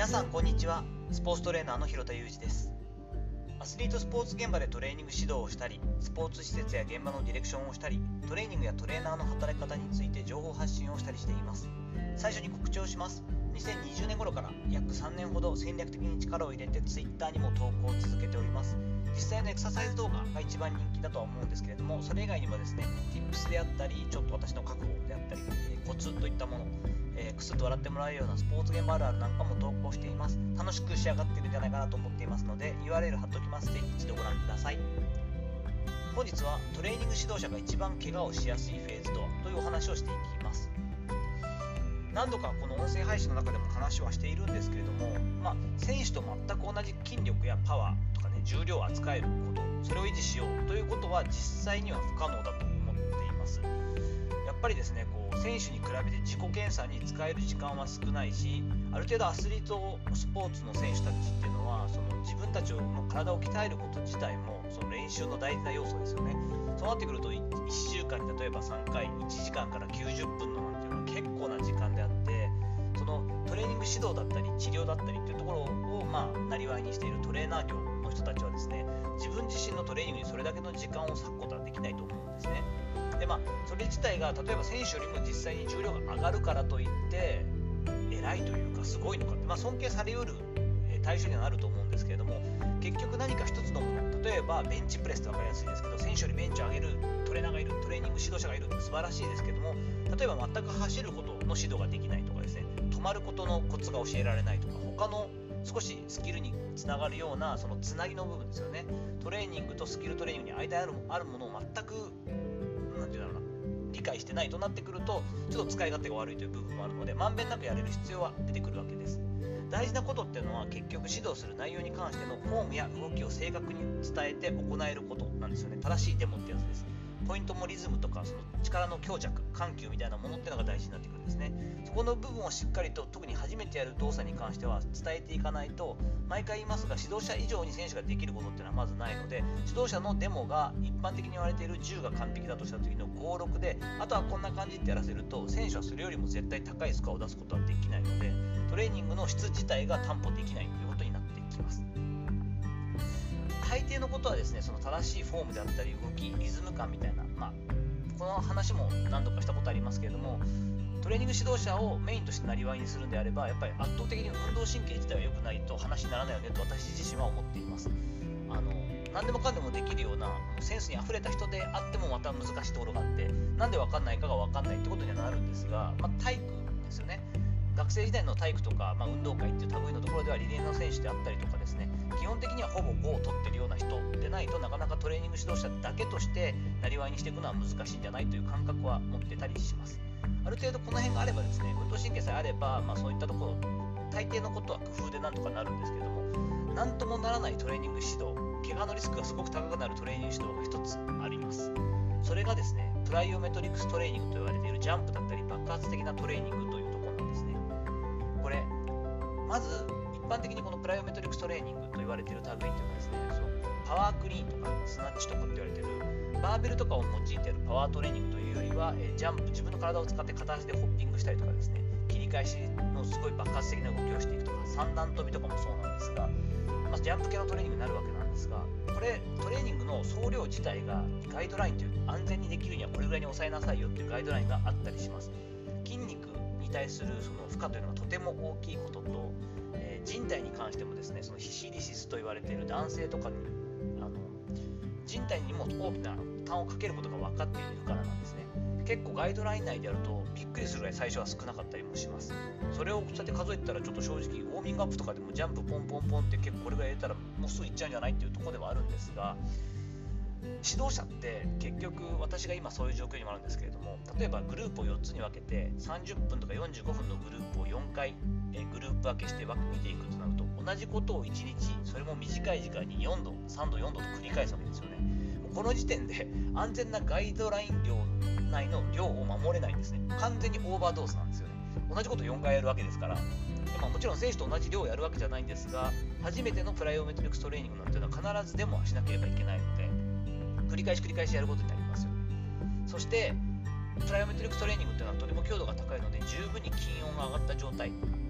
皆さんこんにちは。スポーツトレーナーの広田裕二です。アスリートスポーツ現場でトレーニング指導をしたり、スポーツ施設や現場のディレクションをしたり、トレーニングやトレーナーの働き方について情報発信をしたりしています。最初に告知をします。2020年頃から約3年ほど戦略的に力を入れて Twitter にも投稿を続けております。実際のエクササイズ動画が一番人気だとは思うんですけれども、それ以外にもですね、Tips であったり、ちょっと私の覚悟であったり、コツといったもの、くすっと笑ってもらえるようなスポーツ現場あるあるなんかも投稿しています。楽しく仕上がっているんじゃないかなと思っていますので、 URL 貼っておきます。ぜひ一度ご覧ください。本日はトレーニング指導者が一番怪我をしやすいフェーズとはというお話をしていきます。何度かこの音声配信の中でも話はしているんですけれども、選手と全く同じ筋力やパワーとかね、重量を扱えること、それを維持しようということは実際には不可能だと思っています。やっぱりですね、選手に比べて自己検査に使える時間は少ないし、ある程度アスリートスポーツの選手たちっていうのは、その自分たちの体を鍛えること自体もその練習の大事な要素ですよね。そうなってくると1週間に例えば3回1時間から90分のなんていうのは結構な時間であって、そのトレーニング指導だったり治療だったりっていうところをなりわいにしているトレーナー業の人たちはですね、自分自身のトレーニングにそれだけの時間を割くことはできないと思うんですね。でそれ自体が例えば選手よりも実際に重量が上がるからといって偉いというかすごいのかって、尊敬されうる対象にはなると思うんですけれども、結局何か一つのもの、例えばベンチプレスって分かりやすいですけど、選手よりベンチを上げるトレーナーがいる、トレーニング指導者がいるって素晴らしいですけども、例えば全く走ることの指導ができないとかですね、止まることのコツが教えられないとか、他の少しスキルにつながるようなそのつなぎの部分ですよね。トレーニングとスキルトレーニングに間にあるものを全く理解してないとなってくると、ちょっと使い勝手が悪いという部分もあるので、まんべんなくやれる必要は出てくるわけです。大事なことっていうのは結局指導する内容に関してのフォームや動きを正確に伝えて行えることなんですよね。正しいデモってやつです。ポイントもリズムとかその力の強弱、緩急みたいなものっていうのが大事になってくるんですね。そこの部分をしっかりと、特に初めてやる動作に関しては伝えていかないと、毎回言いますが指導者以上に選手ができることっていうのはまずないので、指導者のデモが一般的に言われている10が完璧だとした時の5、6で、あとはこんな感じってやらせると、選手はそれよりも絶対高いスコアを出すことはできないので、トレーニングの質自体が担保できないということになってきます。大抵のことはですね、その正しいフォームであったり動き、リズム感みたいな、この話も何度かしたことありますけれども、トレーニング指導者をメインとしてなりわいにするんであれば、やっぱり圧倒的に運動神経自体が良くないと話にならないよねと私自身は思っています。何でもかんでもできるようなセンスにあふれた人であってもまた難しいところがあって、なんで分かんないかが分かんないってことにはなるんですが、体育ですよね。学生時代の体育とか、運動会っていう類のところではリレーの選手であったりとかですね、基本的にはほぼ5を取ってるような人でないと、なかなかトレーニング指導者だけとしてなりわいにしていくのは難しいんじゃないという感覚は持ってたりします。ある程度この辺があればですね、運動神経さえあれば、そういったところ大抵のことは工夫でなんとかなるんですけども、なんともならないトレーニング指導、怪我のリスクがすごく高くなるトレーニング指導が一つあります。それがですね、プライオメトリクストレーニングと言われているジャンプだったり爆発的なトレーニングというところなんですね。これまず一般的にこのプライオメトリクストレーニングと言われている類っていうのはですね、そのパワークリーンとかスナッチとかって言われているバーベルとかを用いているパワートレーニングというよりは、ジャンプ、自分の体を使って片足でホッピングしたりとかですね、切り返しのすごい爆発的な動きをしていくとか、三段跳びとかもそうなんですが、ジャンプ系のトレーニングになるわけなんですが、これトレーニングの総量自体がガイドラインという、安全にできるにはこれぐらいに抑えなさいよというガイドラインがあったりします。筋肉に対するその負荷というのがとても大きいことと、人体に関してもですね、そのヒシリシスと言われている男性とかに人体にも大きな負担をかけることが分かっているからなんですね。結構ガイドライン内でやるとびっくりするぐらい最初は少なかったりもします。それをそうやって数えてたら、ちょっと正直ウォーミングアップとかでもジャンプポンポンポンって結構これぐらい入れたらもうすぐいっちゃうんじゃないっていうところではあるんですが、指導者って結局私が今そういう状況にもあるんですけれども、例えばグループを4つに分けて30分とか45分のグループを4回グループ分けして見ていくとなると、同じことを1日、それも短い時間に4度3度4度と繰り返すわけですよね。この時点で安全なガイドライン量内の量を守れないんですね。完全にオーバードースなんですよね。同じことを4回やるわけですから。もちろん選手と同じ量をやるわけじゃないんですが、初めてのプライオメトリクストレーニングなんていうのは必ずデモはしなければいけないので、繰り返しやることになりますよ。そしてプライオメトリクストレーニングっていうのはとても強度が高いので、十分に筋温が上がった状態、ウォ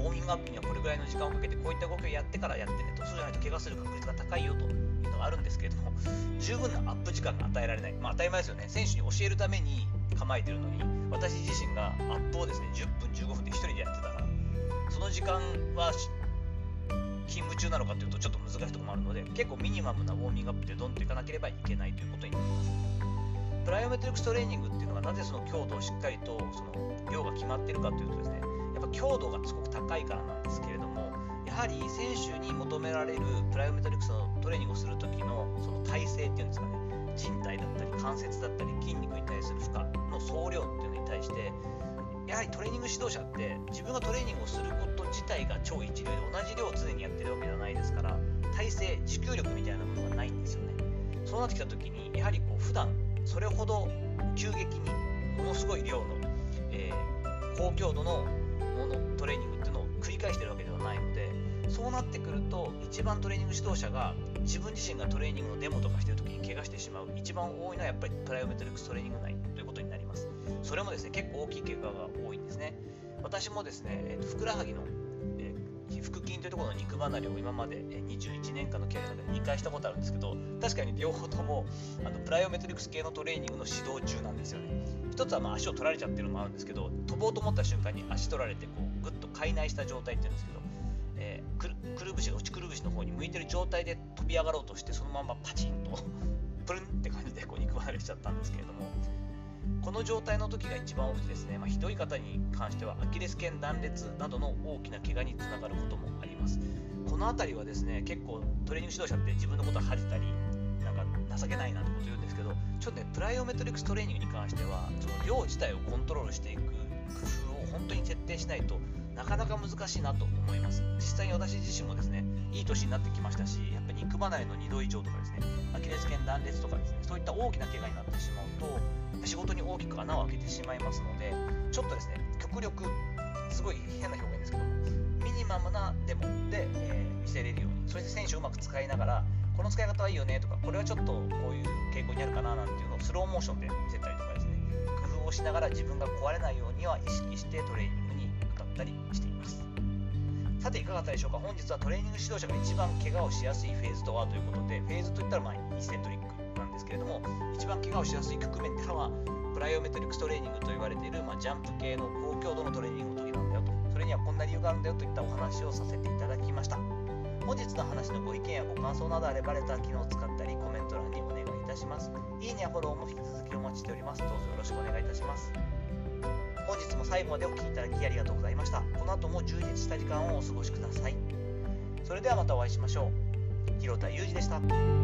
ウォーミングアップにはこれぐらいの時間をかけてこういった動きをやってからやってねと、そうじゃないと怪我する確率が高いよというのがあるんですけれども、十分なアップ時間が与えられない、当たり前ですよね。選手に教えるために構えてるのに、私自身がアップをですね10分15分で1人でやってたら、その時間は勤務中なのかというとちょっと難しいところもあるので、結構ミニマムなウォーミングアップでどんといかなければいけないということになります。プライオメトリクストレーニングっていうのがなぜその強度をしっかりとその量が決まっているかというとですね、やっぱ強度がすごく高いからなんですけれども、やはり選手に求められるプライオメトリクスのトレーニングをする時のその体勢っていうんですかね、人体だったり関節だったり筋肉に対する負荷の総量っていうのに対して、やはりトレーニング指導者って自分がトレーニングをすること自体が超一流で同じ量を常にやってるわけではないですから、体勢持久力みたいなものがないんですよね。そうなってきた時にやはり普段それほど急激にものすごい量の、高強度のトレーニングっていうのを繰り返しているわけではないので、そうなってくると一番トレーニング指導者が自分自身がトレーニングのデモとかしている時に怪我してしまう一番多いのはやっぱりプライオメトリクストレーニング内ということになります。それもですね結構大きい怪我が多いんですね。私もですね、ふくらはぎの、腹筋というところの肉離れを今まで21年間のキャリアで2回したことあるんですけど、確かに両方ともプライオメトリクス系のトレーニングの指導中なんですよね。一つは足を取られちゃってるのもあるんですけど、飛ぼうと思った瞬間に足取られてグッと開内した状態っていうんですけど、くるぶしが内くるぶしの方に向いてる状態で飛び上がろうとして、そのままパチンとプルンって感じで肉離れしちゃったんですけれども、この状態の時が一番多くてですね、ひどい方に関してはアキレス腱断裂などの大きな怪我につながることもあります。この辺りはですね、結構トレーニング指導者って自分のことを恥じたりなんか情けないなってことを言うんですけど、ちょっとねプライオメトリクストレーニングに関してはその量自体をコントロールしていく工夫を本当に徹底しないとなかなか難しいなと思います。実際に私自身もですね、いい年になってきましたし、やっぱり肉離れの2度以上とかですね、アキレス腱断裂とかですね、そういった大きな怪我になってしまうと仕事に大きく穴を開けてしまいますので、ちょっとですね極力すごい変な表現ですけどもミニマムなデモで、見せれるように、それで選手をうまく使いながら、この使い方はいいよねとか、これはちょっとこういう傾向にあるかななんていうのをスローモーションで見せたりとかですね、工夫をしながら自分が壊れないようには意識してトレーニングに向かったりしています。さていかがだったでしょうか。本日はトレーニング指導者が一番怪我をしやすいフェーズとはということで、フェーズといったらイセントリックなんですけれども、一番怪我をしやすい局面っていうのはプライオメトリクストレーニングと言われている、ジャンプ系の高強度のトレーニングの時なんだよと、それにはこんな理由があるんだよといったお話をさせていただきました。本日の話のご意見やご感想などあればレター機能を使ったりコメント欄にお願いいたします。いいねやフォローも引き続きお待ちしております。どうぞよろしくお願いいたします。本日も最後までお聞きいただきありがとうございました。この後も充実した時間をお過ごしください。それではまたお会いしましょう。広田裕二でした。